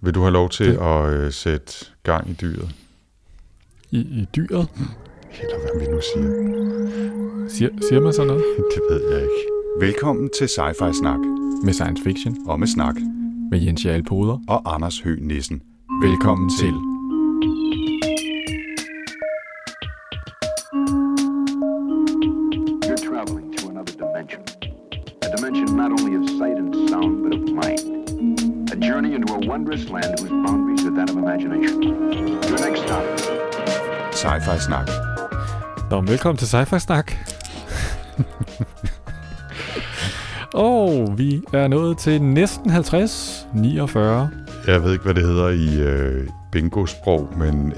Vil du have lov til at sætte gang i dyret? I dyret? Eller hvad vi nu siger. Siger man sådan noget? Det ved jeg ikke. Velkommen til Sci-Fi Snak. Med science fiction. Og med snak. Med Jens Jarl Poder. Og Anders Høgh Nissen. Velkommen til. You're traveling to another dimension. A dimension not only of sight and sound, but of mind. A journey into a wondrous land whose boundaries are that of imagination. Your next stop. Sci-Fi Snak. Velkommen til Sci-Fi Snak. Og vi er nået til næsten 50, 49. Jeg ved ikke, hvad det hedder i bingo-sprog, men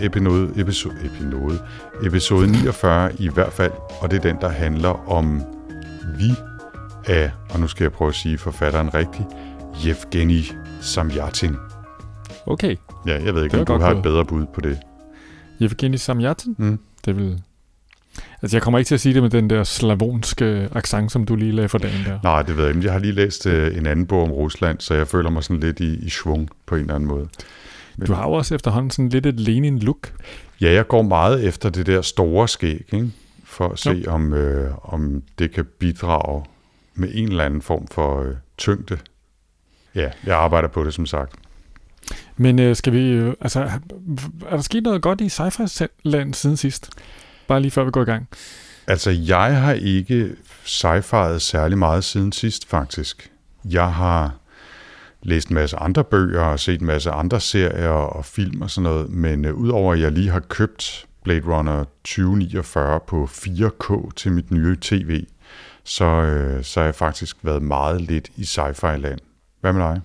episode 49 i hvert fald, og det er den, der handler om vi af, og nu skal jeg prøve at sige forfatteren rigtigt, Yevgeny Zamyatin. Okay. Ja, jeg ved ikke, om du har et bedre bud på det. Yevgeny Zamyatin? Det vil... Altså, jeg kommer ikke til at sige det med den der slavonske accent, som du lige lagde for dagen der. Nej, det ved jeg ikke. Jeg har lige læst en anden bog om Rusland, så jeg føler mig sådan lidt i schwung på en eller anden måde. Men du har jo også efterhånden sådan lidt et Lenin-look. Ja, jeg går meget efter det der store skæg, ikke? For at se, om det kan bidrage med en eller anden form for tyngde. Ja, jeg arbejder på det, som sagt. Men skal vi... er der sket noget godt i sci-fi-land siden sidst? Bare lige før vi går i gang. Altså, jeg har ikke sci-fi'et særlig meget siden sidst, faktisk. Jeg har læst en masse andre bøger og set en masse andre serier og film og sådan noget, men udover at jeg lige har købt Blade Runner 2049 på 4K til mit nye tv, så har jeg faktisk været meget lidt i sci-fi-land. Hvad med dig?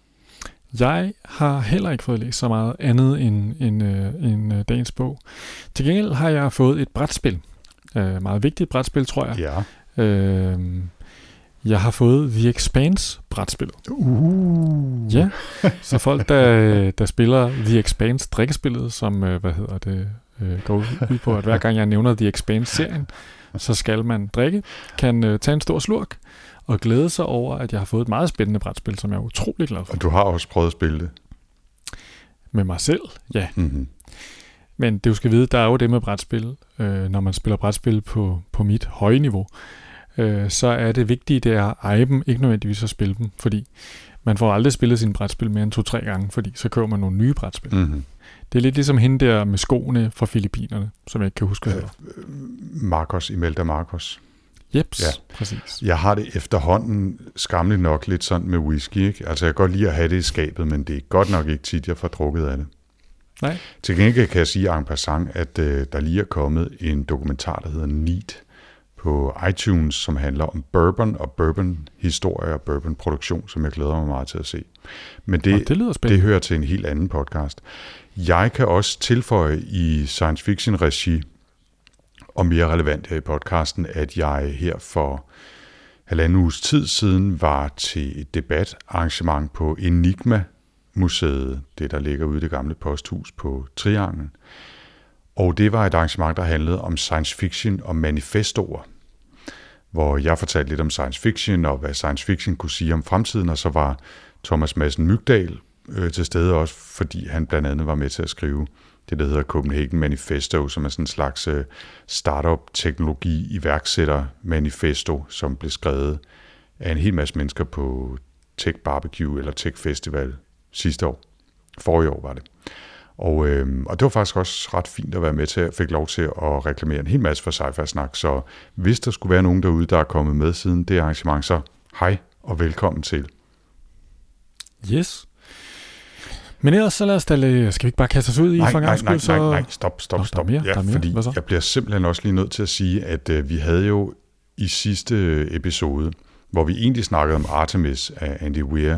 Jeg har heller ikke fået læst så meget andet end dagens bog. Til gengæld har jeg fået et brætspil. Meget vigtigt brætspil, tror jeg. Ja. Jeg har fået The Expanse brætspillet. Ja, så folk, der spiller The Expanse drikkespillet, som går ud på, at hver gang jeg nævner The Expanse-serien, så skal man drikke, kan tage en stor slurk, og glæde sig over, at jeg har fået et meget spændende brætspil, som jeg er utrolig glad for. Og du har også prøvet at spille det? Med mig selv, ja. Mm-hmm. Men det du skal vide, der er jo det med brætspil. Når man spiller brætspil på mit høje niveau, så er det vigtige, det er at eje dem, ikke nødvendigvis at spille dem, fordi man får aldrig spillet sine brætspil mere end 2-3 gange, fordi så køber man nogle nye brætspil. Mm-hmm. Det er lidt ligesom hende der med skoene fra Filippinerne, som jeg ikke kan huske, hvad Marcos, Imelda Marcos. Jeps, ja. Præcis. Jeg har det efterhånden skamligt nok lidt sådan med whisky, ikke? Altså jeg kan godt lide at have det i skabet, men det er godt nok ikke tit, jeg får drukket af det. Nej. Til gengæld kan jeg sige en passant, at der lige er kommet en dokumentar, der hedder Neat på iTunes, som handler om bourbon og bourbon-historie og bourbon-produktion, som jeg glæder mig meget til at se. Men det hører til en helt anden podcast. Jeg kan også tilføje i science fiction-regi, og mere relevant her i podcasten, at jeg her for 1,5 uges tid siden var til et debatarrangement på Enigma-museet, det der ligger ude i det gamle posthus på Trianglen. Og det var et arrangement, der handlede om science fiction og manifestoer, hvor jeg fortalte lidt om science fiction og hvad science fiction kunne sige om fremtiden, og så var Thomas Madsen Mygdal til stede også, fordi han blandt andet var med til at skrive det, der hedder Copenhagen Manifesto, som er sådan en slags startup-teknologi iværksætter-manifesto, som blev skrevet af en hel masse mennesker på Tech Barbecue eller Tech Festival sidste år. Forrige år var det. Og det var faktisk også ret fint at være med til. Jeg fik lov til at reklamere en hel masse for Sci-Fi Snak, så hvis der skulle være nogen derude, der er kommet med siden det arrangement, så hej og velkommen til. Yes. Men ellers så lad os skal vi ikke bare kaste os ud i for en gang skyld? Nej, stop. Fordi jeg bliver simpelthen også lige nødt til at sige, at vi havde jo i sidste episode, hvor vi egentlig snakkede om Artemis af Andy Weir,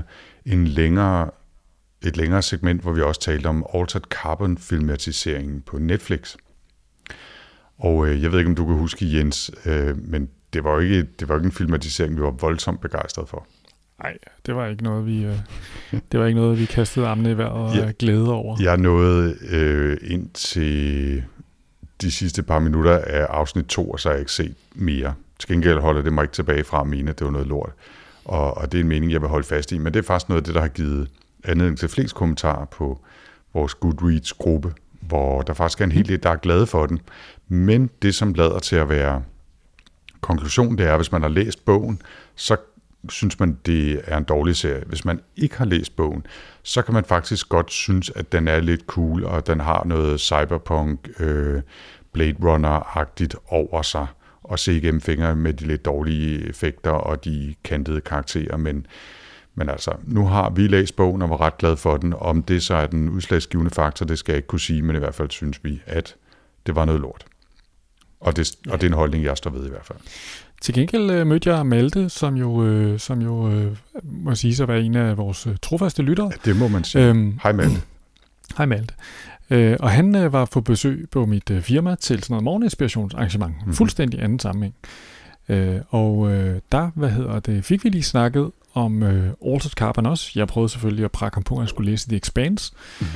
et længere segment, hvor vi også talte om Altered Carbon-filmatiseringen på Netflix. Og jeg ved ikke, om du kan huske, Jens, men det var jo ikke en filmatisering, vi var voldsomt begejstrede for. Nej, det var ikke noget, vi kastede armene i vejret og glæde over. Jeg nåede ind til de sidste par minutter af afsnit 2, og så har jeg ikke set mere. Til gengæld holder det mig ikke tilbage fra at mene, at det var noget lort. Og det er en mening, jeg vil holde fast i. Men det er faktisk noget af det, der har givet anledning til flest kommentarer på vores Goodreads-gruppe, hvor der faktisk er en hel del, der er glade for den. Men det, som lader til at være konklusionen, det er, at hvis man har læst bogen, så synes man, det er en dårlig serie. Hvis man ikke har læst bogen, så kan man faktisk godt synes, at den er lidt cool, og den har noget cyberpunk, Blade Runner-agtigt over sig, og se igennem fingre med de lidt dårlige effekter og de kantede karakterer. Men altså, nu har vi læst bogen og var ret glad for den. Om det så er den udslagsgivende faktor, det skal jeg ikke kunne sige, men i hvert fald synes vi, at det var noget lort. Og det er en holdning, jeg står ved i hvert fald. Til gengæld mødte jeg Malte, som jo må sige sig at være en af vores trofaste lyttere. Ja, det må man sige. Hej Malte. Hej Malte. Og han var på besøg på mit firma til sådan noget morgeninspirationsarrangement. Fuldstændig anden sammenhæng. Der, fik vi lige snakket om Altered Carbon også. Jeg prøvede selvfølgelig at prakke ham på, at han skulle læse The Expanse.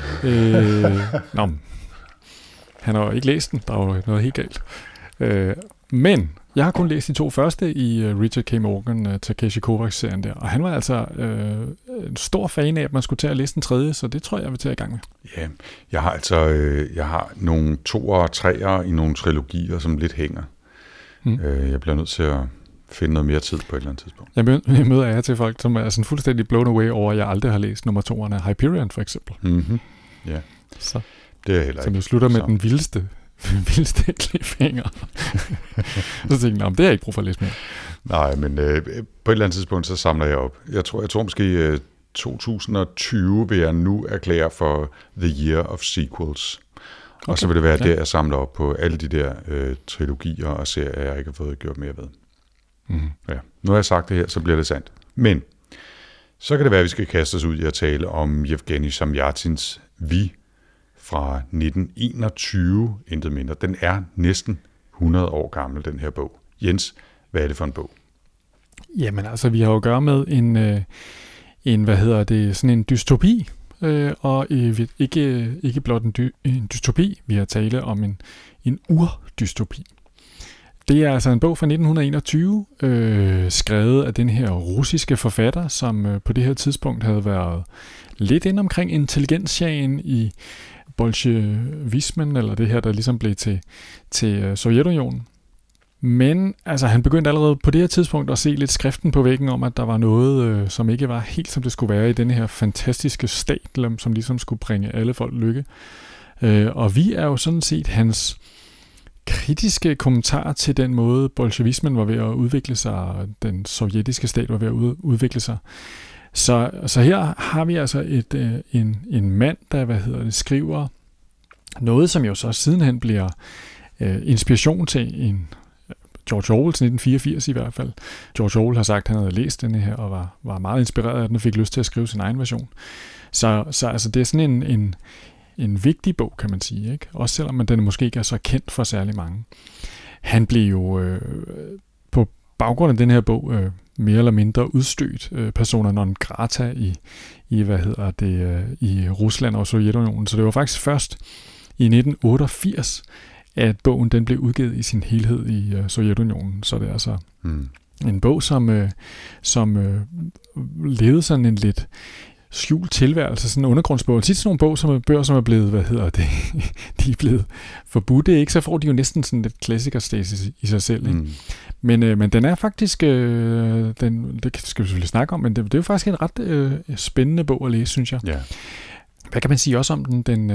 Han har jo ikke læst den. Der er jo noget helt galt. Men jeg har kun læst de 2 første i Richard K. Morgan, Takeshi Kovacs-serien der, og han var altså en stor fan af, at man skulle til at læse den 3., så det tror jeg vil tage i gang med. Ja, jeg har nogle 2'ere og 3'ere i nogle trilogier, som lidt hænger. Jeg bliver nødt til at finde noget mere tid på et eller andet tidspunkt. Jeg møder jer til folk, som er sådan fuldstændig blown away over, at jeg aldrig har læst nummer 2'eren af Hyperion, for eksempel. Mm-hmm. Ja, så, det er heller ikke. Som jo slutter med den vildeste cliffhanger. Så tænkte jeg, det er ikke brug for at læse mere. Nej, men på et eller andet tidspunkt, så samler jeg op. Jeg tror måske 2020 vil jeg nu erklære for The Year of Sequels. Okay. Og så vil det være, der jeg samler op på alle de der trilogier og serier, jeg ikke har fået gjort mere ved. Mm-hmm. Ja. Nu har jeg sagt det her, så bliver det sandt. Men så kan det være, at vi skal kaste os ud i at tale om Yevgeny Zamjatins Vi fra 1921, intet mindre. Den er næsten 100 år gammel, den her bog. Jens, hvad er det for en bog? Jamen altså, vi har jo at gøre med sådan en dystopi, og ikke blot en dystopi, vi har tale om en urdystopi. Det er altså en bog fra 1921, skrevet af den her russiske forfatter, som på det her tidspunkt havde været lidt inde omkring intelligensjagen i bolsjevismen, eller det her, der ligesom blev til Sovjetunionen. Men altså, han begyndte allerede på det her tidspunkt at se lidt skriften på væggen om, at der var noget, som ikke var helt, som det skulle være i denne her fantastiske stat, som ligesom skulle bringe alle folk lykke. Og vi er jo sådan set hans kritiske kommentar til den måde, bolsjevismen var ved at udvikle sig, og den sovjetiske stat var ved at udvikle sig. Så her har vi altså en mand, der skriver noget, som jo så sidenhen bliver inspiration til en George Orwell 1984 i hvert fald. George Orwell har sagt, at han havde læst denne her og var meget inspireret af den og fik lyst til at skrive sin egen version. Så altså, det er sådan en vigtig bog, kan man sige, ikke? Også selvom den måske ikke er så kendt for særlig mange. Han blev jo på baggrund af den her bog mere eller mindre udstødt persona non grata i Rusland og Sovjetunionen. Så det var faktisk først i 1988, at bogen den blev udgivet i sin helhed i Sovjetunionen. Så det er altså en bog, som levede sådan en lidt skjult tilværelse, sådan en undergrundsbog. Tit sådan nogle bøger, som er blevet, de er blevet forbudt, ikke? Så får de jo næsten sådan lidt klassikerstatus i sig selv, ikke? Men den er faktisk, det skal vi selvfølgelig snakke om, men det er jo faktisk en ret spændende bog at læse, synes jeg. Ja. Hvad kan man sige også om den?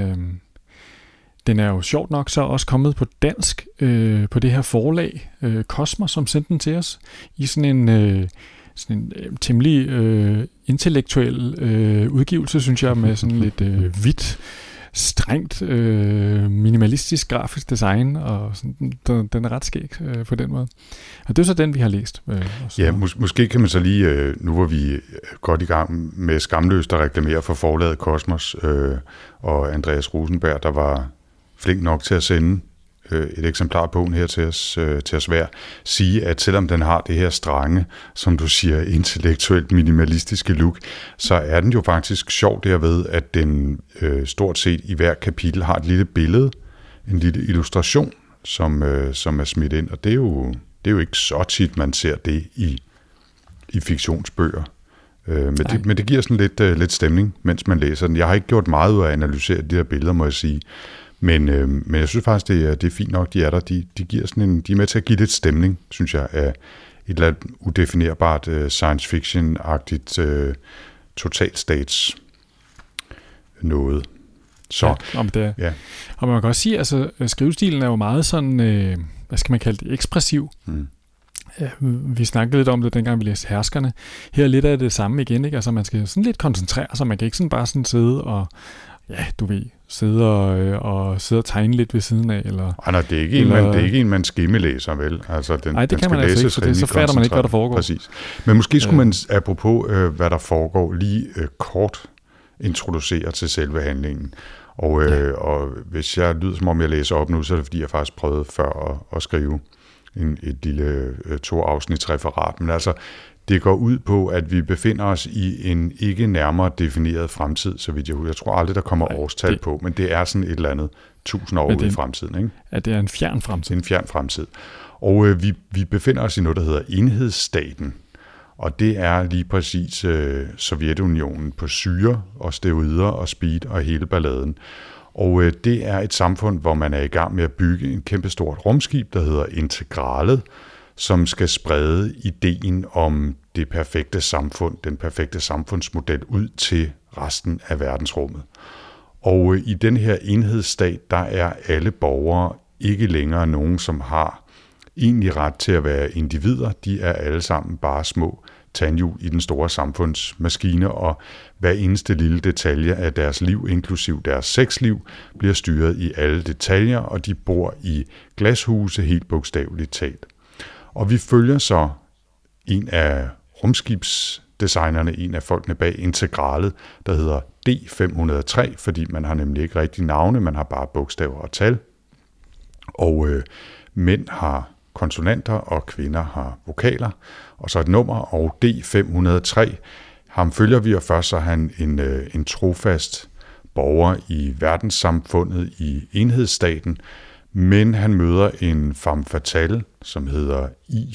Den er jo sjovt nok så også kommet på dansk på det her forlag, Kosmos, som sendte den til os, i sådan en temmelig intellektuel udgivelse, synes jeg, med sådan lidt hvidt, strengt, minimalistisk grafisk design, og sådan, den er ret skæg på den måde. Og det er så den, vi har læst. Ja, måske kan man så lige, nu hvor vi godt i gang med skamløst at reklamere for forlaget Kosmos, og Andreas Rosenberg, der var flink nok til at sende et eksemplar af bogen her til os hver, sige, at selvom den har det her strenge, som du siger, intellektuelt minimalistiske look, så er den jo faktisk sjov derved, at den stort set i hver kapitel har et lille billede, en lille illustration, som er smidt ind, og det er jo ikke så tit, man ser det i fiktionsbøger. Men det giver sådan lidt stemning, mens man læser den. Jeg har ikke gjort meget ud af at analysere de her billeder, må jeg sige. Men jeg synes faktisk, det er fint nok, de er der. De giver sådan de er med til at give lidt stemning, synes jeg, af et eller andet udefinerbart science fiction-agtigt totalstats noget. Så, ja, og man kan også sige, altså skrivestilen er jo meget sådan, hvad skal man kalde det, ekspressiv. Vi snakkede lidt om det, dengang vi læste Herskerne. Her er lidt af det samme igen, ikke? Altså man skal sådan lidt koncentrere sig, man kan ikke sådan bare sådan sidde og, ja, du ved, sidde og tegne lidt ved siden af. Eller, nej, det er ikke en, man skimmelæser, vel? Altså, nej, det kan man altså ikke, for det, så fatter man ikke, hvad der foregår. Præcis. Men måske skulle man, apropos hvad der foregår, lige kort introducere til selve handlingen. Og hvis jeg lyder, som om jeg læser op nu, så er det, fordi jeg faktisk prøvede før at skrive et lille 2-afsnitsreferat. Men altså, det går ud på, at vi befinder os i en ikke nærmere defineret fremtid, så vidt jeg tror aldrig, der kommer årstal på, men det er sådan et eller andet 1000 år ude i fremtiden. Ikke? At det er en fjern fremtid. En fjern fremtid. Og vi befinder os i noget, der hedder enhedsstaten. Og det er lige præcis Sovjetunionen på syre og steroider og speed og hele balladen. Og det er et samfund, hvor man er i gang med at bygge en kæmpestort rumskib, der hedder Integralet, som skal sprede ideen om det perfekte samfund, den perfekte samfundsmodel ud til resten af verdensrummet. Og i den her enhedsstat, der er alle borgere ikke længere nogen, som har egentlig ret til at være individer. De er alle sammen bare små tandhjul i den store samfundsmaskine, og hver eneste lille detalje af deres liv, inklusiv deres sexliv, bliver styret i alle detaljer, og de bor i glashuse helt bogstaveligt talt. Og vi følger så en af rumskibsdesignerne, en af folkene bag Integralet, der hedder D503, fordi man har nemlig ikke rigtig navne, man har bare bogstaver og tal. Og mænd har konsonanter, og kvinder har vokaler, og så et nummer, og D503, ham følger vi, og først så er han en trofast borger i verdenssamfundet i enhedsstaten, men han møder en femme fatale, som hedder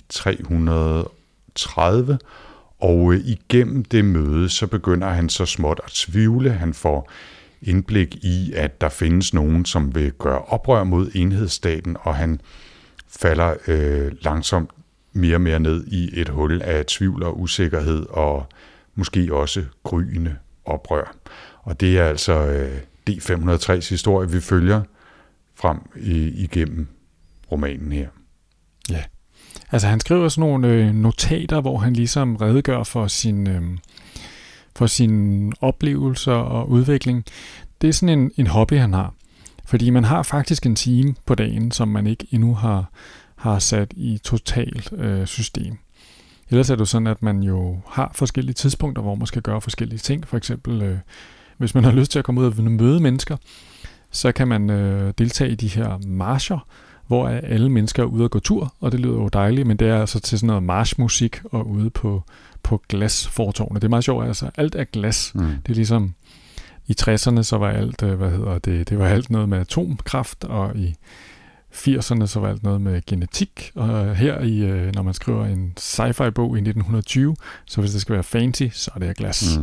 I-330, og igennem det møde, så begynder han så småt at tvivle. Han får indblik i, at der findes nogen, som vil gøre oprør mod enhedsstaten, og han falder langsomt mere og mere ned i et hul af tvivl og usikkerhed, og måske også gryende oprør. Og det er altså D503's historie, vi følger frem igennem romanen her. Ja, altså han skriver sådan nogle notater, hvor han ligesom redegør for sin oplevelser og udvikling. Det er sådan en hobby, han har. Fordi man har faktisk en time på dagen, som man ikke endnu har sat i totalt system. Ellers er det sådan, at man jo har forskellige tidspunkter, hvor man skal gøre forskellige ting. For eksempel, hvis man har lyst til at komme ud og møde mennesker, så kan man deltage i de her marcher, hvor alle mennesker er ude og gå tur, og det lyder jo dejligt, men det er altså til sådan noget marchmusik og ude på glasfortårne. Det er meget sjovt, altså alt er glas. Det er ligesom i 60'erne, så var alt, det var alt noget med atomkraft, og i 80'erne, så var alt noget med genetik, og her når man skriver en sci-fi-bog i 1920, så hvis det skal være fancy, så er det af glas.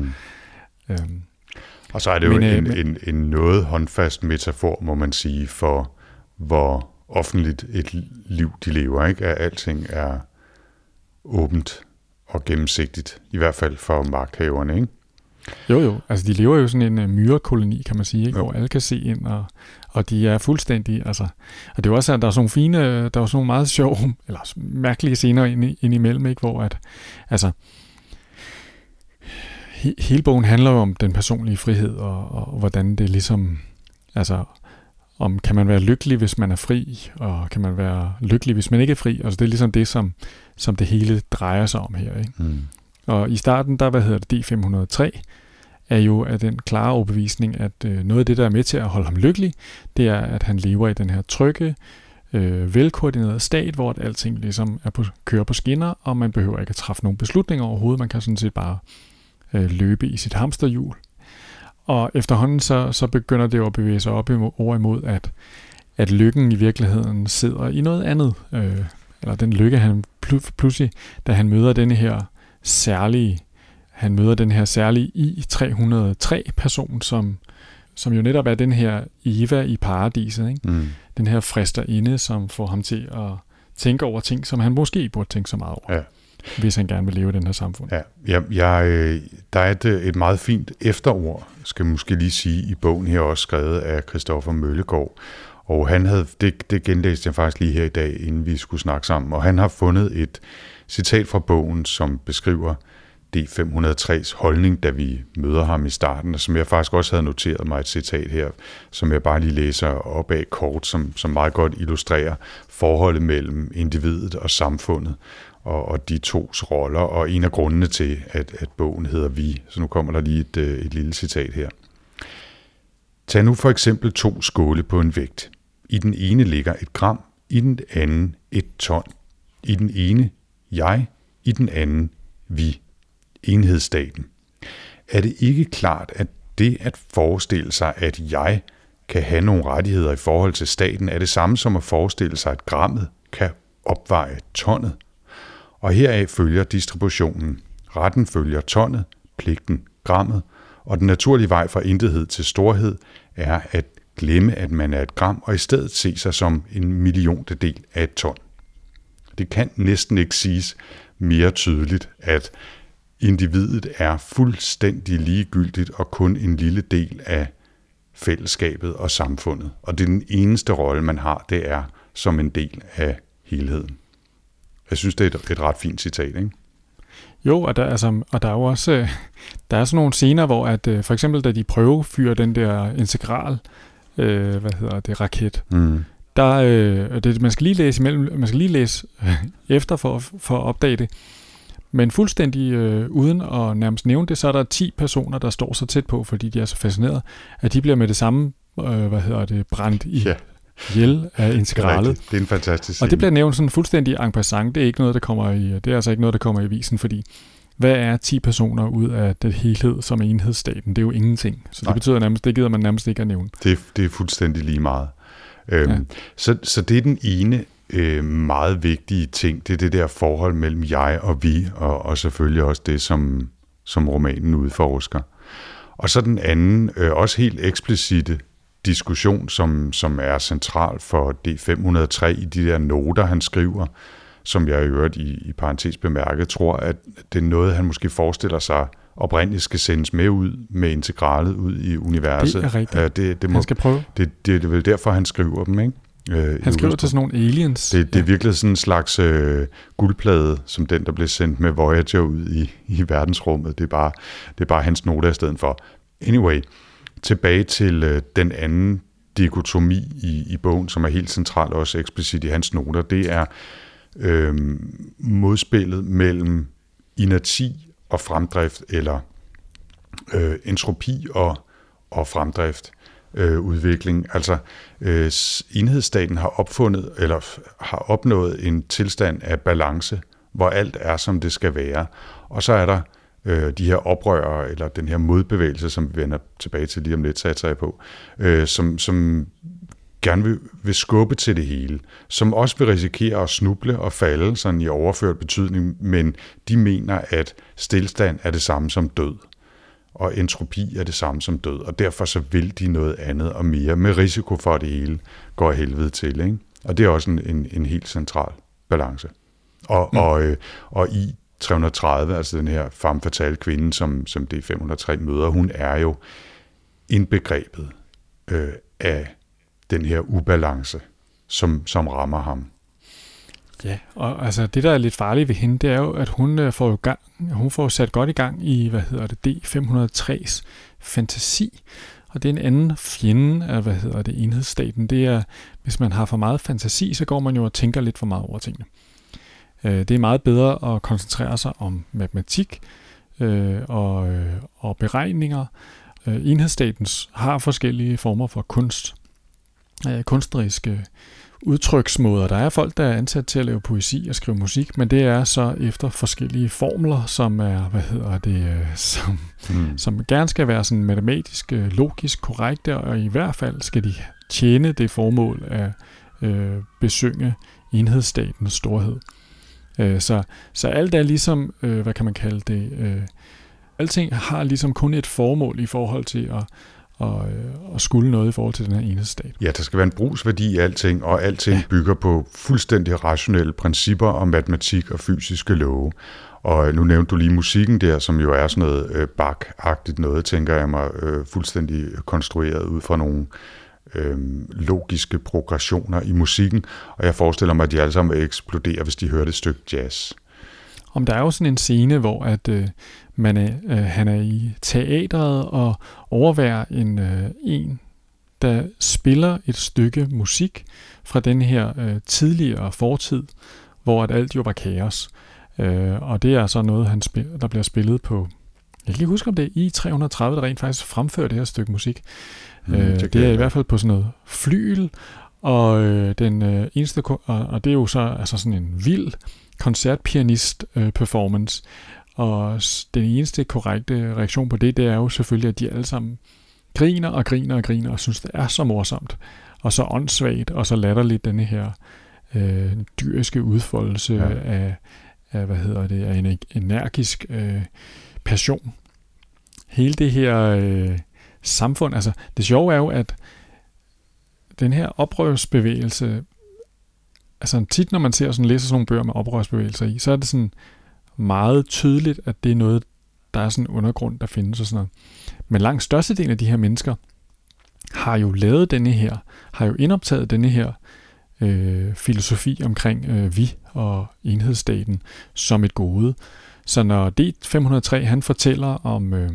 Og så er det jo en noget håndfast metafor, må man sige, for hvor offentligt et liv de lever, ikke? At alting er åbent og gennemsigtigt, i hvert fald for magthaverne, ikke? Jo, altså de lever jo sådan en myrekoloni, kan man sige, ikke? Hvor alle kan se ind, og de er fuldstændig, altså, og det er jo også, at der er sådan nogle fine, der er sådan nogle meget sjove, eller mærkelige scener ind imellem, ikke? Hvor at, altså, hele bogen handler jo om den personlige frihed, og hvordan det ligesom, altså, om kan man være lykkelig, hvis man er fri, og kan man være lykkelig, hvis man ikke er fri, altså det er ligesom det, som det hele drejer sig om her, ikke? Og i starten, der, D503, er jo af den klare overbevisning, at noget af det, der er med til at holde ham lykkelig, det er, at han lever i den her trygge, velkoordinerede stat, hvor alting ligesom kører på skinner, og man behøver ikke at træffe nogen beslutninger overhovedet. Man kan sådan set bare løbe i sit hamsterhjul. Og efterhånden så begynder det jo at bevæge sig over imod, at lykken i virkeligheden sidder i noget andet. Eller den lykke, han pludselig, da han møder denne her særlige, han møder den her særlige I-303-person, som jo netop er den her Eva i paradiset, ikke? Mm. Den her fristerinde, som får ham til at tænke over ting, som han måske burde tænke så meget over, hvis han gerne vil leve i den her samfund. Der er et meget fint efterord, skal man måske lige sige, i bogen her, også skrevet af Christoffer Møllegaard. Og han havde, det genlæste jeg faktisk lige her i dag, inden vi skulle snakke sammen, og han har fundet et citat fra bogen, som beskriver D503's holdning, da vi møder ham i starten, og som jeg faktisk også havde noteret mig et citat her, som jeg bare lige læser op af kort, som meget godt illustrerer forholdet mellem individet og samfundet, og de tos roller, og en af grundene til, at bogen hedder Vi. Så nu kommer der lige et lille citat her. Tag nu for eksempel 2 skåle på en vægt. I den ene ligger 1 gram, i den anden 1 ton. I den ene jeg, i den anden vi. Enhedsstaten. Er det ikke klart, at det at forestille sig, at jeg kan have nogle rettigheder i forhold til staten, er det samme som at forestille sig, at grammet kan opveje tonnet? Og heraf følger distributionen. Retten følger tonnet, pligten grammet, og den naturlige vej fra intethed til storhed er at glemme, at man er et gram, og i stedet se sig som en milliontedel af et ton. Det kan næsten ikke siges mere tydeligt, at individet er fuldstændig ligegyldigt og kun en lille del af fællesskabet og samfundet. Og det er den eneste rolle, man har, det er som en del af helheden. Jeg synes, det er et ret fint citat, ikke? Jo, og der er jo også der er sådan nogle scener, hvor at for eksempel da de prøvefyrer den der integral raket. Der man skal lige læse imellem, man skal lige læse efter for at opdage det. Men fuldstændig uden at nærmest nævne det, så er der 10 personer, der står så tæt på, fordi de er så fascineret, at de bliver med det samme brændt ihjel af integralet. Det er en fantastisk scene. Og det bliver nævnt sådan fuldstændig en passant. Det er ikke noget, der kommer i. Det er altså ikke noget, der kommer i avisen, fordi hvad er 10 personer ud af det helhed som enhedsstaten? Det er jo ingenting. Så det betyder nærmest, det gider man nærmest ikke at nævne. Det er fuldstændig lige meget. Så det er den ene meget vigtige ting. Det er det der forhold mellem jeg og vi, og selvfølgelig også det, som romanen udforsker. Og så den anden, også helt eksplicite diskussion, som er central for D503 i de der noter, han skriver, som jeg i øvrigt i parentes bemærket, tror, at det er noget, han måske forestiller sig oprindeligt skal sendes med ud med integralet ud i universet. Det er rigtigt. Han skal prøve. Det er vel derfor, han skriver dem, ikke? Han skriver til sådan nogle aliens. Det er virkelig sådan en slags guldplade, som den, der blev sendt med Voyager ud i verdensrummet. Det er bare hans noter i stedet for. Anyway, tilbage til den anden dikotomi i bogen, som er helt central også eksplicit i hans noter. Det er modspillet mellem inerti og fremdrift, eller entropi og fremdrift. Udvikling. Altså enhedsstaten har opnået en tilstand af balance, hvor alt er, som det skal være. Og så er der de her oprørere, eller den her modbevægelse, som vi vender tilbage til lige om lidt, satser jeg på, som gerne vil skubbe til det hele, som også vil risikere at snuble og falde, sådan i overført betydning, men de mener, at stilstand er det samme som død. Og entropi er det samme som død, og derfor så vil de noget andet og mere, med risiko for, at det hele går af helvede til, ikke? Og det er også en helt central balance. Og i 330, altså den her femme fatale kvinde, som D503 møder, hun er jo indbegrebet af den her ubalance, som rammer ham. Ja, og altså det, der er lidt farligt ved hende, det er jo, at hun får sat godt i gang i, D503's fantasi. Og det er en anden fjende af enhedsstaten. Det er, hvis man har for meget fantasi, så går man jo og tænker lidt for meget over tingene. Det er meget bedre at koncentrere sig om matematik og beregninger. Enhedsstaten har forskellige former for kunstneriske udtryksmåder. Der er folk, der er ansat til at lave poesi og skrive musik, men det er så efter forskellige formler, som er, som gerne skal være sådan matematisk, logisk korrekte, og i hvert fald skal de tjene det formål at besynge enhedsstatens storhed. Så alt er ligesom, hvad kan man kalde det, alting har ligesom kun et formål i forhold til at skulle noget i forhold til den her enhedsstat. Ja, der skal være en brugsværdi i alting, og alting bygger på fuldstændig rationelle principper om matematik og fysiske love. Og nu nævnte du lige musikken der, som jo er sådan noget Bach-agtigt noget, tænker jeg mig, fuldstændig konstrueret ud fra nogle logiske progressioner i musikken, og jeg forestiller mig, at de alle sammen vil eksplodere, hvis de hørte et stykke jazz. Om der er jo sådan en scene, hvor at han er i teatret og overværer en, der spiller et stykke musik fra den her tidligere fortid, hvor at alt jo var kaos. Og det er så noget, der bliver spillet på, jeg kan ikke huske om det er I-330, der rent faktisk fremfører det her stykke musik. Det er i hvert fald på sådan noget flygel, og den eneste, og det er jo så altså sådan en vild koncertpianist performance, og den eneste korrekte reaktion på det er jo selvfølgelig, at de alle sammen griner og synes, det er så morsomt, og så åndssvagt, og så latterligt denne her dyriske udfoldelse af en energisk passion. Hele det her samfund, altså det sjove er jo, at den her oprørsbevægelse, altså tit når man læser sådan nogle bøger med oprørsbevægelser i, så er det sådan meget tydeligt, at det er noget, der er sådan en undergrund, der findes og sådan noget. Men langt størstedelen af de her mennesker har jo lavet har jo indoptaget denne her filosofi omkring vi og enhedsstaten som et gode. Så når D503 han fortæller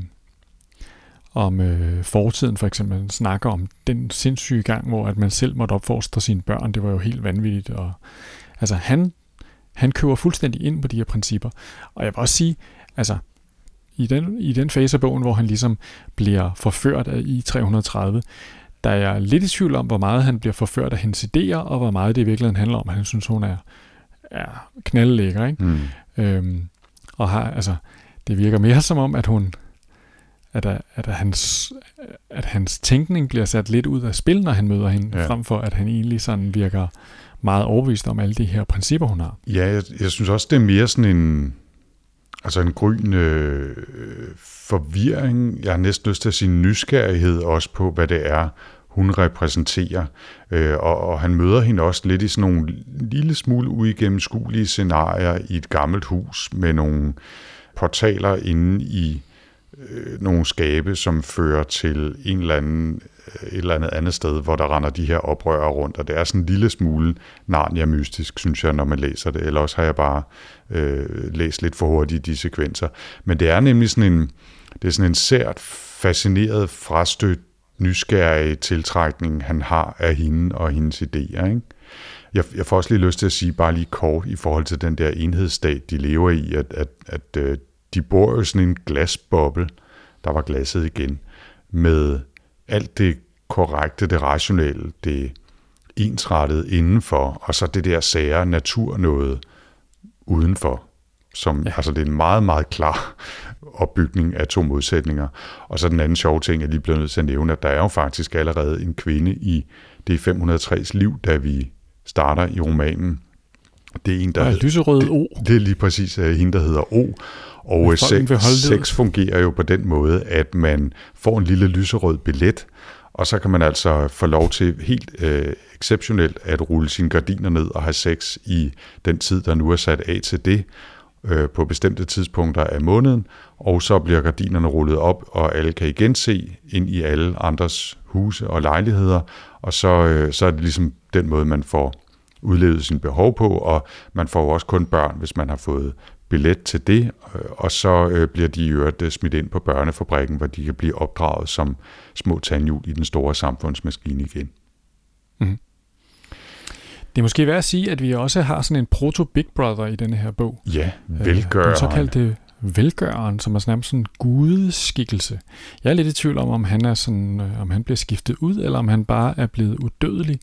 om fortiden, for eksempel snakker om den sindssyge gang, hvor at man selv måtte opfostre sine børn, det var jo helt vanvittigt. Og, altså han køber fuldstændig ind på de her principper. Og jeg vil også sige, altså i den fase af bogen, hvor han ligesom bliver forført af I-330, der er jeg lidt i tvivl om, hvor meget han bliver forført af hendes idéer, og hvor meget det i virkeligheden handler om, at han synes, hun er knaldlækker, ikke? Og det virker mere som om, at hans tænkning bliver sat lidt ud af spil, når han møder hende, frem for at han egentlig sådan virker meget overbevist om alle de her principper, hun har. Ja, jeg synes også, det er mere sådan en gryende forvirring. Jeg har næsten lyst til at sige nysgerrighed også på, hvad det er, hun repræsenterer. Og han møder hende også lidt i sådan nogle lille smule uigennemskuelige scenarier i et gammelt hus med nogle portaler inde i nogle skabe, som fører til et eller andet sted, hvor der render de her oprørere rundt, og det er sådan en lille smule Narnia-mystisk, synes jeg, når man læser det. Ellers har jeg bare læst lidt for hurtigt de sekvenser. Men det er nemlig sådan en sært, fascineret, frastødt, nysgerrig tiltrækning, han har af hende og hendes idéer, ikke? Jeg får også lige lyst til at sige, bare lige kort, i forhold til den der enhedsstat, de lever i, at de bor jo sådan en glasboble, der var glasset igen, med alt det korrekte, det rationelle, det ensrettede indenfor, og så det der sære natur noget udenfor. Altså det er en meget, meget klar opbygning af to modsætninger. Og så den anden sjove ting, jeg lige bliver nødt til at nævne, at der er jo faktisk allerede en kvinde i D503's liv, da vi starter i romanen. Det er en, der lyserøde O. Det er lige præcis hende, der hedder O. Og sex fungerer jo på den måde, at man får en lille lyserød billet, og så kan man altså få lov til helt exceptionelt at rulle sine gardiner ned og have sex i den tid, der nu er sat af til det, på bestemte tidspunkter af måneden, og så bliver gardinerne rullet op, og alle kan igen se ind i alle andres huse og lejligheder, og så er det ligesom den måde, man får udlevet sin behov på, og man får også kun børn, hvis man har fået billet til det, og så bliver de i øvrigt smidt ind på børnefabrikken, hvor de kan blive opdraget som små tandhjul i den store samfundsmaskine igen. Mm. Det er måske værd at sige, at vi også har sådan en proto-Big Brother i denne her bog. Ja, velgøreren. Den såkaldte velgøreren, som er sådan en gudeskikkelse. Jeg er lidt i tvivl om han er sådan, om han bliver skiftet ud, eller om han bare er blevet udødelig.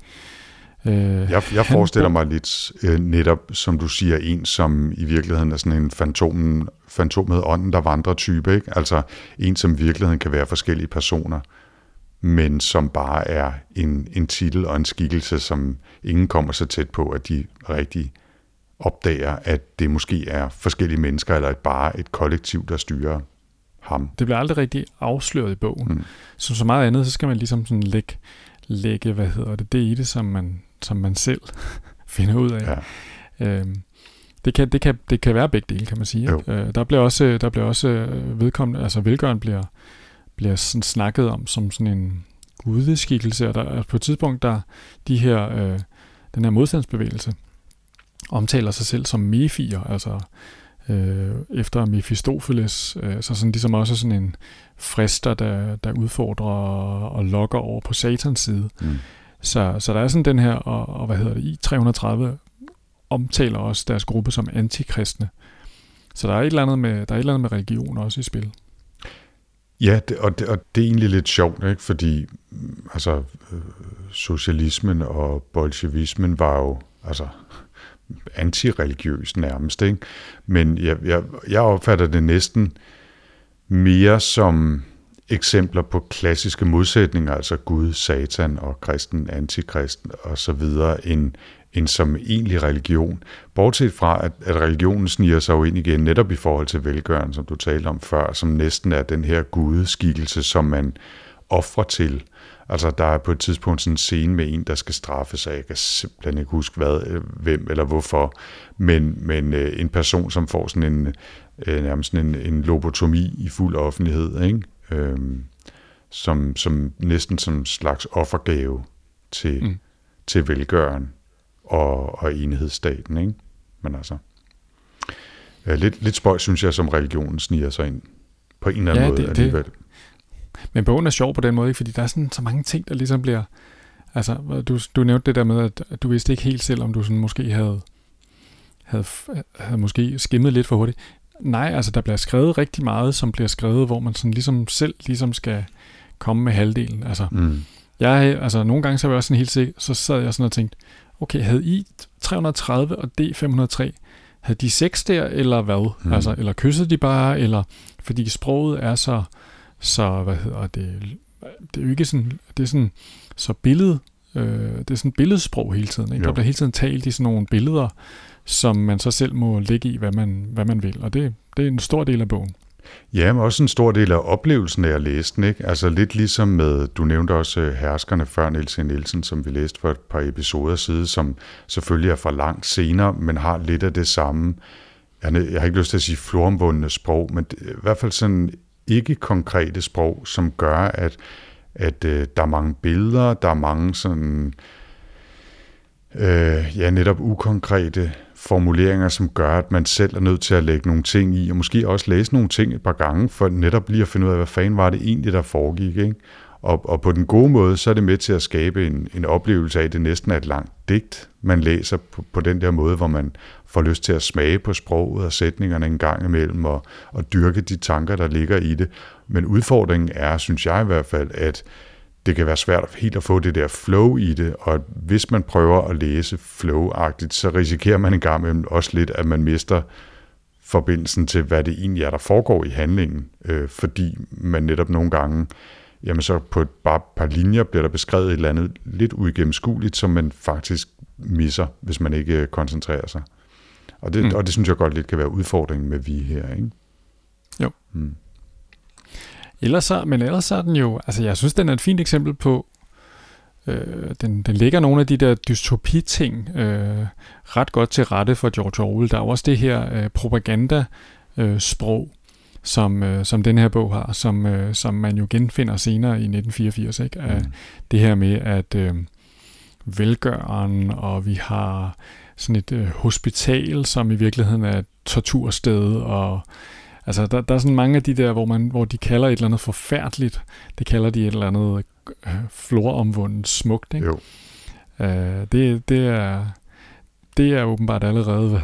Jeg forestiller mig lidt netop, som du siger, en som i virkeligheden er sådan en fantomet ånden, der vandrer type, ikke? Altså en, som i virkeligheden kan være forskellige personer, men som bare er en titel og en skikkelse, som ingen kommer så tæt på, at de rigtig opdager, at det måske er forskellige mennesker, eller bare et kollektiv, der styrer ham. Det bliver aldrig rigtig afsløret i bogen. Så meget andet, så skal man ligesom sådan lægge det i det, som man selv finder ud af. Ja. Det kan være begge dele, kan man sige. Der bliver også vedkommende, altså velgøren bliver sådan snakket om som sådan en gudeskikkelse, og der er på et tidspunkt, der den her modstandsbevægelse omtaler sig selv som mefier, altså efter Mephistopheles, så sådan ligesom også sådan en frister, der udfordrer og lokker over på Satans side. Så der er sådan den her, og i 330 omtaler også deres gruppe som antikristne. Så der er et eller andet med religion også i spil. Ja, og det er egentlig lidt sjovt, ikke? Fordi altså, socialismen og bolsjevismen var jo altså antireligiøs nærmest, ikke? Men jeg opfatter det næsten mere som eksempler på klassiske modsætninger, altså Gud, Satan og kristen, antikristen og så videre, end som egentlig religion. Bortset fra, at religionen sniger sig jo ind igen, netop i forhold til velgøren, som du talte om før, som næsten er den her gudeskikkelse, som man offrer til. Altså, der er på et tidspunkt sådan en scene med en, der skal straffes, og jeg kan simpelthen ikke huske, hvem eller hvorfor, men en person, som får sådan nærmest en lobotomi i fuld offentlighed, ikke? Som næsten som en slags offergave til velgøren og enhedsstaten, ikke? Men altså lidt spøjs, synes jeg, som religionen sniger sig ind på en eller anden måde alligevel. Men bogen er sjov på den måde, ikke? Fordi der er sådan så mange ting, der ligesom bliver... Altså, du nævnte det der med, at du vidste ikke helt selv, om du sådan måske havde måske skimmet lidt for hurtigt. Nej, altså der bliver skrevet rigtig meget, som bliver skrevet, hvor man sådan ligesom selv skal komme med halvdelen. Altså, nogle gange så var jeg også sådan helt sikker, så sad jeg sådan og tænkte, okay, havde I 330 og D503, havde de sex der, eller hvad? Altså, eller kyssede de bare, eller... Fordi sproget er så det er jo ikke sådan, det er sådan, så billede, det er sådan billedsprog hele tiden, ikke? Der bliver hele tiden talt i sådan nogle billeder, som man så selv må lægge i, hvad man vil, og det er en stor del af bogen. Ja, men også en stor del af oplevelsen af at læse den, ikke? Altså lidt ligesom med, du nævnte også Herskerne før Niels Nielsen, som vi læste for et par episoder siden, som selvfølgelig er for langt senere, men har lidt af det samme, jeg har ikke lyst til at sige floromvundne sprog, men i hvert fald sådan ikke konkrete sprog, som gør, at der er mange billeder, der er mange sådan, netop ukonkrete formuleringer, som gør, at man selv er nødt til at lægge nogle ting i, og måske også læse nogle ting et par gange, for netop lige at finde ud af, hvad fanden var det egentlig, der foregik, ikke? Og på den gode måde, så er det med til at skabe en oplevelse af, at det næsten er et langt digt, man læser på den der måde, hvor man får lyst til at smage på sproget og sætningerne en gang imellem, og dyrke de tanker, der ligger i det. Men udfordringen er, synes jeg i hvert fald, at det kan være svært helt at få det der flow i det, og hvis man prøver at læse flow-agtigt, så risikerer man en gang imellem også lidt, at man mister forbindelsen til, hvad det egentlig er, der foregår i handlingen, fordi man netop nogle gange, jamen så på bare et par linjer bliver der beskrevet et eller andet lidt uigennemskueligt, som man faktisk misser, hvis man ikke koncentrerer sig. Og det synes jeg godt lidt kan være udfordringen med vi her, ikke? Jo. Ellers så er den jo, altså jeg synes, den er et fint eksempel på, den lægger nogle af de der dystopi-ting ret godt til rette for George Orwell. Der er også det her propaganda-sprog, som den her bog har, som man jo genfinder senere i 1984, ikke? Det her med, at velgøren, og vi har sådan et hospital, som i virkeligheden er et tortursted, og altså der er sådan mange af de der, hvor de kalder et eller andet forfærdeligt, det kalder de et eller andet floromvundet smukt, ikke? Jo. Det er åbenbart allerede,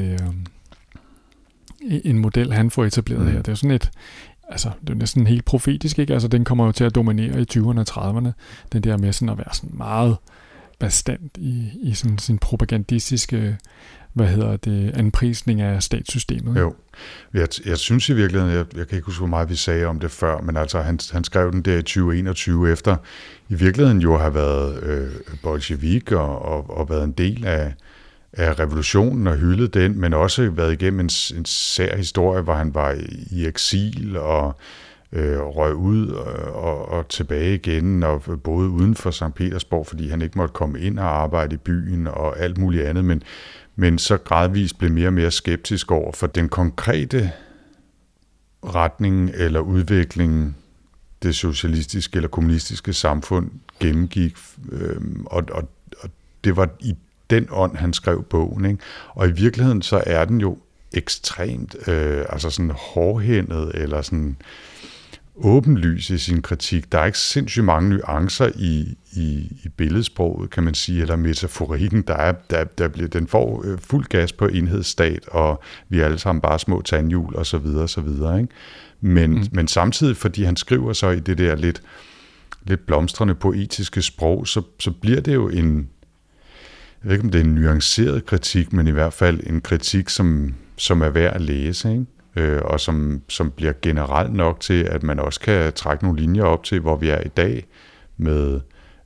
en model, han får etableret her. Det er sådan et, altså det er næsten helt profetisk, ikke? Altså den kommer jo til at dominere i 20'erne og 30'erne, den der med sådan at være sådan meget bastant i sådan sin propagandistiske, anprisning af statssystemet. Jo. Jeg synes i virkeligheden, jeg kan ikke huske, hvor meget vi sagde om det før, men altså han skrev den der i 2021 efter i virkeligheden jo har været bolsjevik og været en del af revolutionen og hyldet den, men også været igennem en sær historie, hvor han var i eksil og røg ud og tilbage igen, og boede uden for St. Petersborg, fordi han ikke måtte komme ind og arbejde i byen og alt muligt andet, men så gradvist blev mere og mere skeptisk over for den konkrete retning eller udvikling, det socialistiske eller kommunistiske samfund gennemgik, og det var i den ånd, han skrev bogen, ikke? Og i virkeligheden så er den jo ekstremt altså sådan hårdhændet eller sådan åbenlys i sin kritik. Der er ikke sindssygt mange nuancer i billedsproget, kan man sige, eller metaforikken. Den får fuld gas på enhedsstat, og vi er alle sammen bare små tandhjul, og så videre, ikke? Men samtidig, fordi han skriver så i det der lidt blomstrende poetiske sprog, så bliver det jo jeg ved ikke, om det er en nuanceret kritik, men i hvert fald en kritik, som er værd at læse, ikke? Og som bliver generelt nok til, at man også kan trække nogle linjer op til, hvor vi er i dag med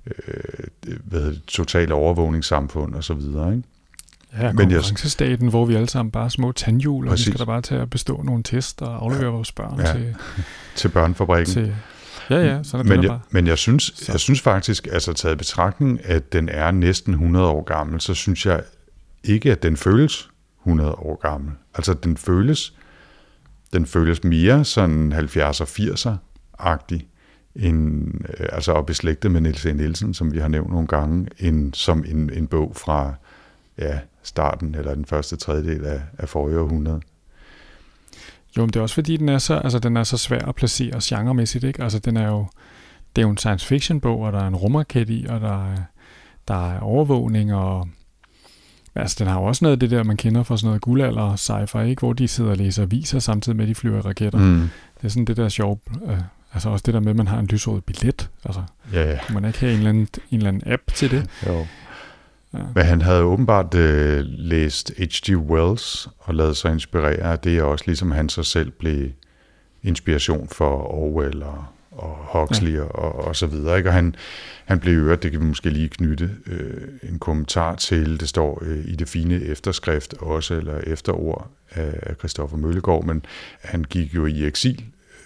total overvågningssamfund og så videre, ikke? Ja, konkurrencestaten, hvor vi alle sammen bare er små tandhjul, og vi skal da bare til at bestå nogle test og aflevere vores børn til børnefabrikken. Ja, sådan er det bare. Men jeg synes faktisk, altså taget i betragtning, at den er næsten 100 år gammel, så synes jeg ikke, at den føles 100 år gammel. Altså den føles mere sådan 70'er, 80'er-agtig, altså og beslægtet med Niels E. Nielsen, som vi har nævnt nogle gange, som en bog fra starten eller den første tredjedel af forrige århundrede. Jo, men det er også fordi, den er så svær at placere genremæssigt, ikke? Altså, det er jo en science fiction bog, og der er en rumraket i, og der er overvågning, og altså, den har jo også noget af det der, man kender fra sådan noget guldalder sci-fi, ikke? Hvor de sidder og læser aviser, samtidig med, at de flyver i raketter. Det er sådan det der sjov, altså også det der med, at man har en lyserød billet. Altså, kan man ikke have en eller anden app til det? Jo. Ja. Men han havde åbenbart læst H.G. Wells og ladet sig inspirere af det, også ligesom han så selv blev inspiration for Orwell og Huxley og så videre, ikke? Og han blev øvrigt, det kan vi måske lige knytte en kommentar til, det står i det fine efterskrift også, eller efterord af Christoffer Møllegaard, men han gik jo i eksil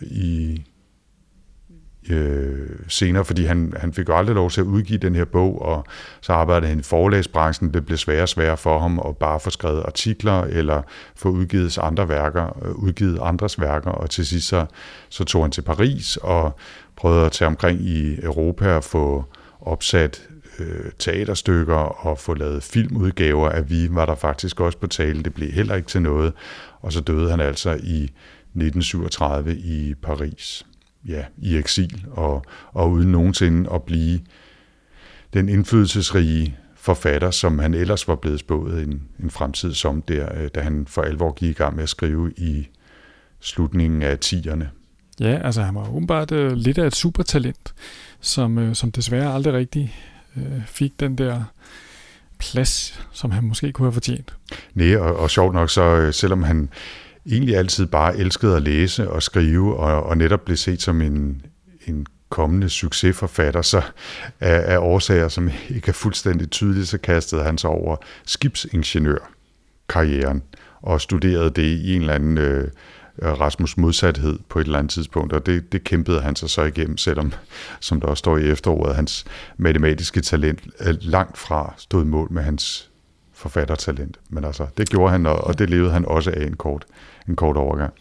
senere, fordi han fik jo aldrig lov til at udgive den her bog, og så arbejdede han i forlagsbranchen. Det blev sværere og sværere for ham at bare få skrevet artikler, eller få udgivet andres værker, og til sidst så tog han til Paris, og prøvede at tage omkring i Europa og få opsat teaterstykker, og få lavet filmudgaver af Vi var der faktisk også på tale. Det blev heller ikke til noget, og så døde han altså i 1937 i Paris. Ja, i eksil, og uden nogensinde at blive den indflydelsesrige forfatter, som han ellers var blevet spået en fremtid som der, da han for alvor gik i gang med at skrive i slutningen af 10'erne. Ja, altså han var åbenbart lidt af et supertalent, som desværre aldrig rigtig fik den der plads, som han måske kunne have fortjent. Nej, og sjovt nok, så selvom han egentlig altid bare elskede at læse og skrive, og netop blev set som en kommende succesforfatter, så af årsager, som ikke er fuldstændig tydeligt, så kastede han sig over skibsingeniørkarrieren og studerede det i en eller anden Rasmus modsathed på et eller andet tidspunkt, og det kæmpede han sig så igennem, selvom, som der også står i efterordet, hans matematiske talent langt fra stod mål med hans forfattertalent. Men altså, det gjorde han, og det levede han også af en kort overgang.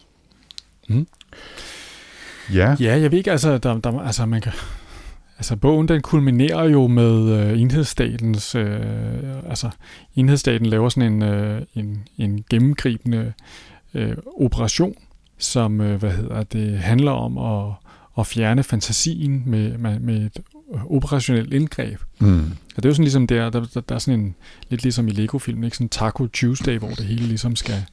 Ja, jeg ved ikke, altså, man kan... Altså, bogen, den kulminerer jo med enhedsstatens... enhedsstaten laver sådan en gennemgribende operation, som, handler om at fjerne fantasien med et operationelt indgreb. Og det er jo sådan ligesom der er sådan en, lidt ligesom i Lego-film, ikke? Sådan Taco Tuesday, hvor det hele ligesom skal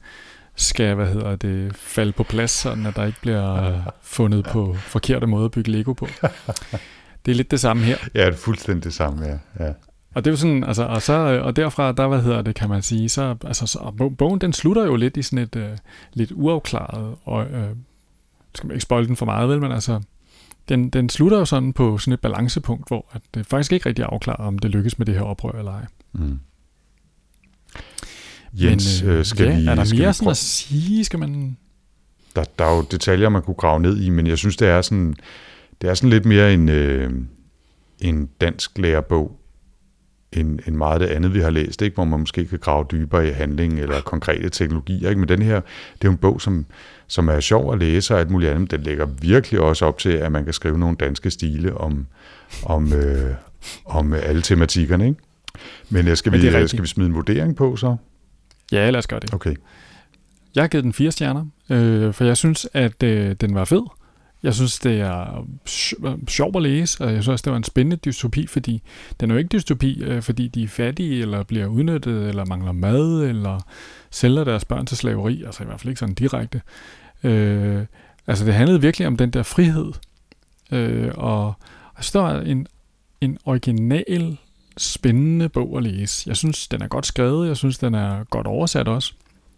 falde på plads, sådan at der ikke bliver fundet på forkerte måde at bygge Lego på. Det er lidt det samme her. Ja, det er fuldstændig det samme, ja. Og det er jo sådan, altså, og derfra, der, kan man sige, så bogen, den slutter jo lidt i sådan et lidt uafklaret, og skal man ikke spoile den for meget, vel, men altså, den slutter jo sådan på sådan et balancepunkt, hvor at det faktisk ikke rigtig er afklaret, om det lykkes med det her oprør eller ej. Jens, men, skal vi... er der skal mere vi sådan at sige? Skal man... Der er jo detaljer, man kunne grave ned i, men jeg synes, det er sådan lidt mere en dansk lærebog, end meget det andet, vi har læst, ikke? Hvor man måske kan grave dybere i handling eller konkrete teknologier. Ikke? Men den her, det er jo en bog, som er sjov at læse og alt muligt andet. Den lægger virkelig også op til, at man kan skrive nogle danske stile om alle tematikkerne. Ikke? Men skal vi smide en vurdering på så? Ja, lad os gøre det. Okay. Jeg har givet den 4 stjerner, for jeg synes, at den var fed. Jeg synes, det er sjovt at læse, og jeg synes, det var en spændende dystopi, fordi den er jo ikke dystopi, fordi de er fattige, eller bliver udnyttet, eller mangler mad, eller sælger deres børn til slaveri, altså i hvert fald ikke sådan direkte. Altså det handlede virkelig om den der frihed, og jeg synes, der var en original, spændende bog at læse. Jeg synes, den er godt skrevet, jeg synes, den er godt oversat også.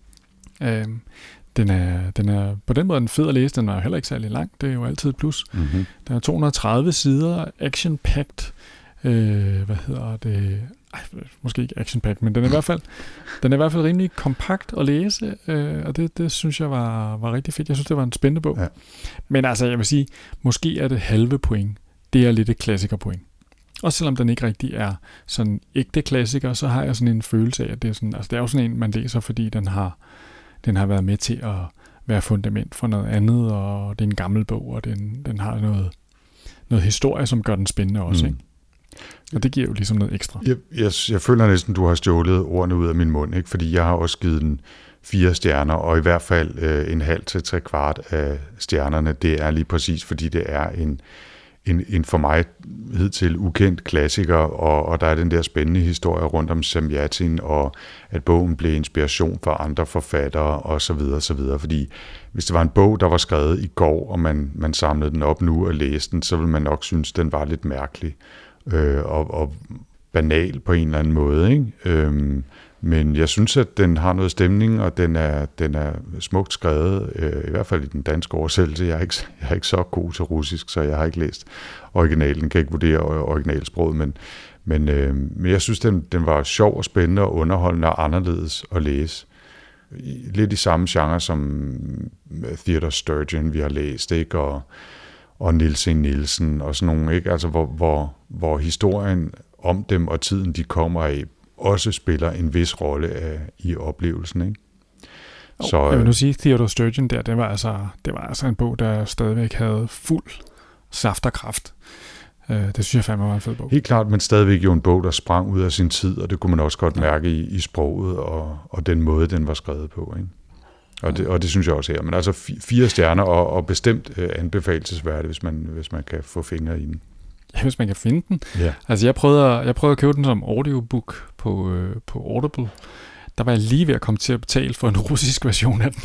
Den er på den måde en fed at læse. Den er jo heller ikke særlig lang. Det er jo altid et plus. Mm-hmm. Der er 230 sider, action-packed. Hvad hedder det? Måske ikke action-packed, men den er i hvert fald rimelig kompakt at læse, og det synes jeg var rigtig fedt. Jeg synes, det var en spændende bog. Ja. Men altså, jeg vil sige, måske er det halve point. Det er lidt et klassikerpoint. Og selvom den ikke rigtig er sådan ægte klassiker, så har jeg sådan en følelse af, at det er sådan, altså det er jo sådan en, man læser, fordi den har været med til at være fundament for noget andet, og det er en gammel bog, og den har noget historie, som gør den spændende også, ikke? Og det giver jo ligesom noget ekstra. Jeg føler næsten, du har stjålet ordene ud af min mund, ikke? Fordi jeg har også givet den 4 stjerner, og i hvert fald en halv til 3/4 af stjernerne, det er lige præcis, fordi det er en for mig hidtil ukendt klassiker, og der er den der spændende historie rundt om Samjatin, og at bogen blev inspiration for andre forfattere, og så videre, så videre. Fordi hvis det var en bog, der var skrevet i går, og man samlede den op nu og læste den, så ville man nok synes, den var lidt mærkelig og banal på en eller anden måde, ikke? Men jeg synes, at den har noget stemning, og den er smukt skrevet, i hvert fald i den danske oversættelse. Jeg er ikke så god til russisk, så jeg har ikke læst originalen, kan ikke vurdere originalsproget, men jeg synes, den var sjov og spændende og underholdende og anderledes at læse. Lidt i samme genre som Theodore Sturgeon, vi har læst, ikke? Og Niels E. Nielsen og sådan nogle, ikke? Altså, hvor historien om dem og tiden, de kommer af, også spiller en vis rolle i oplevelsen, ikke? Så, jeg vil nu sige, Theodore Sturgeon det var altså en bog, der stadigvæk havde fuld saft og kraft. Det synes jeg fandme var en fed bog. Helt klart, men stadigvæk jo en bog, der sprang ud af sin tid, og det kunne man også godt mærke i sproget, og den måde, den var skrevet på, ikke? Og det synes jeg også her. Men altså 4 stjerner, og bestemt anbefalelsesværdigt, hvis man kan få fingre i den. Ja, hvis man kan finde den. Ja. Altså, jeg prøvede at købe den som audiobook på Audible. Der var jeg lige ved at komme til at betale for en russisk version af den.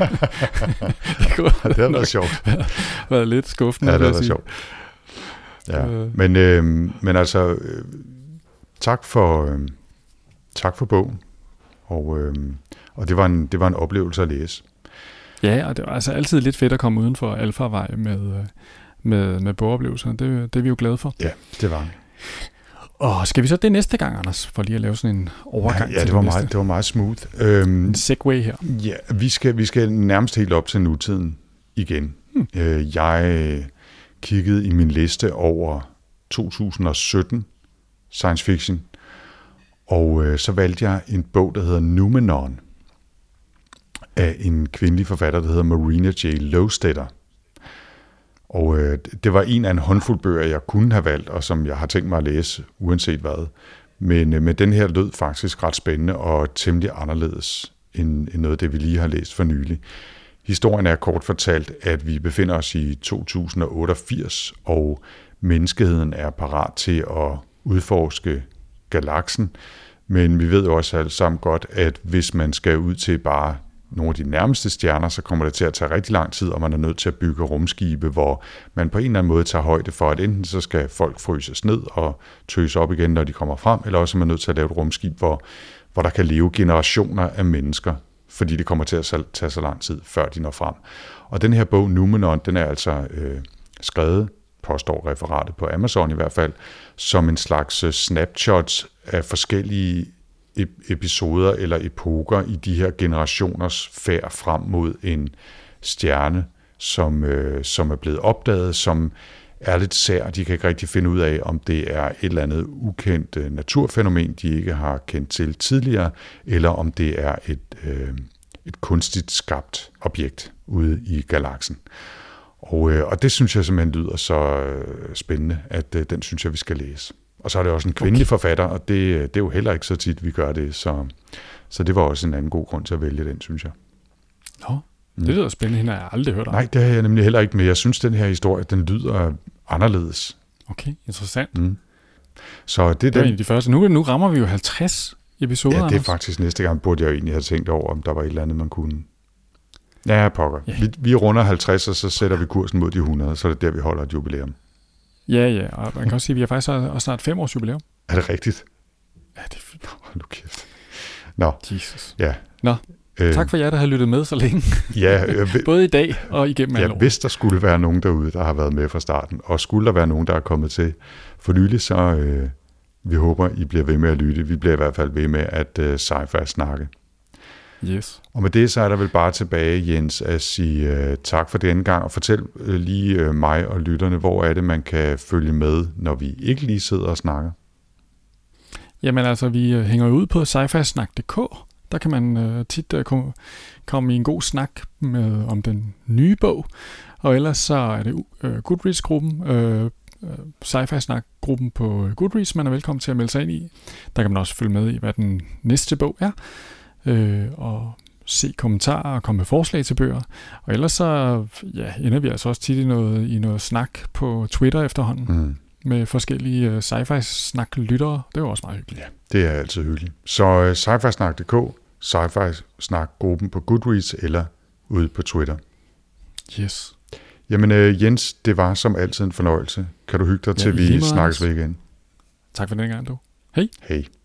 Det har været sjovt. Været lidt skuffende. Ja, det har været sjovt. Ja. Men altså, tak for bogen. Og det var en oplevelse at læse. Ja, og det var altså altid lidt fedt at komme uden for Alfarvej med bogoplevelser. Det er vi jo glade for. Ja, det var. Og skal vi så det næste gang, Anders, for lige at lave sådan en overgang til det var meget smooth. En segway her. Ja, vi skal nærmest helt op til nutiden igen. Jeg kiggede i min liste over 2017 science fiction, og så valgte jeg en bog, der hedder Numenon, af en kvindelig forfatter, der hedder Marina J. Lowstetter. Og det var en af en håndfuld bøger, jeg kunne have valgt, og som jeg har tænkt mig at læse, uanset hvad. Men den her lød faktisk ret spændende og temmelig anderledes end noget af det, vi lige har læst for nylig. Historien er kort fortalt, at vi befinder os i 2088, og menneskeheden er parat til at udforske galaksen. Men vi ved jo også alle sammen godt, at hvis man skal ud til bare nogle af de nærmeste stjerner, så kommer det til at tage rigtig lang tid, og man er nødt til at bygge rumskibe, hvor man på en eller anden måde tager højde for, at enten så skal folk fryses ned og tøse op igen, når de kommer frem, eller også er man nødt til at lave et rumskib, hvor der kan leve generationer af mennesker, fordi det kommer til at tage så lang tid, før de når frem. Og den her bog, Numenon, den er altså skrevet, påstår referatet på Amazon i hvert fald, som en slags snapshots af forskellige episoder eller epoker i de her generationers færd frem mod en stjerne, som er blevet opdaget, som er lidt sær. De kan ikke rigtig finde ud af, om det er et eller andet ukendt naturfænomen, de ikke har kendt til tidligere, eller om det er et kunstigt skabt objekt ude i galaksen. Og det synes jeg simpelthen lyder så spændende, at den synes jeg, vi skal læse. Og så er det også en kvindelig forfatter, og det er jo heller ikke så tit, vi gør det. Så det var også en anden god grund til at vælge den, synes jeg. Nå, det lyder spændende. Hende har jeg aldrig hørt om. Nej, det har jeg nemlig heller ikke, men jeg synes, den her historie, den lyder anderledes. Okay, interessant. Så det er en af de første. Nu rammer vi jo 50 episoder. Ja, det er faktisk næste gang, burde jeg jo egentlig have tænkt over, om der var et eller andet, man kunne. Ja, pokker. Ja. Vi runder 50, og så sætter vi kursen mod de 100, så er det der, vi holder et jubilæum. Ja, og man kan også sige, at vi har faktisk også snart 5 års jubilæum. Er det rigtigt? Ja, det er fint. Nu kæft. Nå. Jesus. Ja. Nå, tak for jer, der har lyttet med så længe. Ja, både i dag og igennem alle år. Hvis der skulle være nogen derude, der har været med fra starten, og skulle der være nogen, der er kommet til for nylig, så vi håber, I bliver ved med at lytte. Vi bliver i hvert fald ved med at sci-fi snakke. Yes. Og med det, så er der vel bare tilbage, Jens, at sige tak for denne gang, og fortæl lige mig og lytterne, hvor er det, man kan følge med, når vi ikke lige sidder og snakker? Jamen altså, vi hænger ud på sci-fi-snak.dk. Der kan man tit komme i en god snak om den nye bog, og ellers så er det Goodreads-gruppen, sci-fi-snak-gruppen på Goodreads, man er velkommen til at melde sig ind i. Der kan man også følge med i, hvad den næste bog er, og se kommentarer og komme med forslag til bøger. Og ellers så ender vi altså også tit i noget snak på Twitter efterhånden, med forskellige sci-fi-snak-lyttere. Det er jo også meget hyggeligt. Ja, det er altid hyggeligt. Så sci-fi-snak.dk, sci-fi-snak-gruppen på Goodreads eller ude på Twitter. Yes. Jamen Jens, det var som altid en fornøjelse. Kan du hygge dig til, vi snakkes ved igen? Tak for den gang, du. Hej. Hej.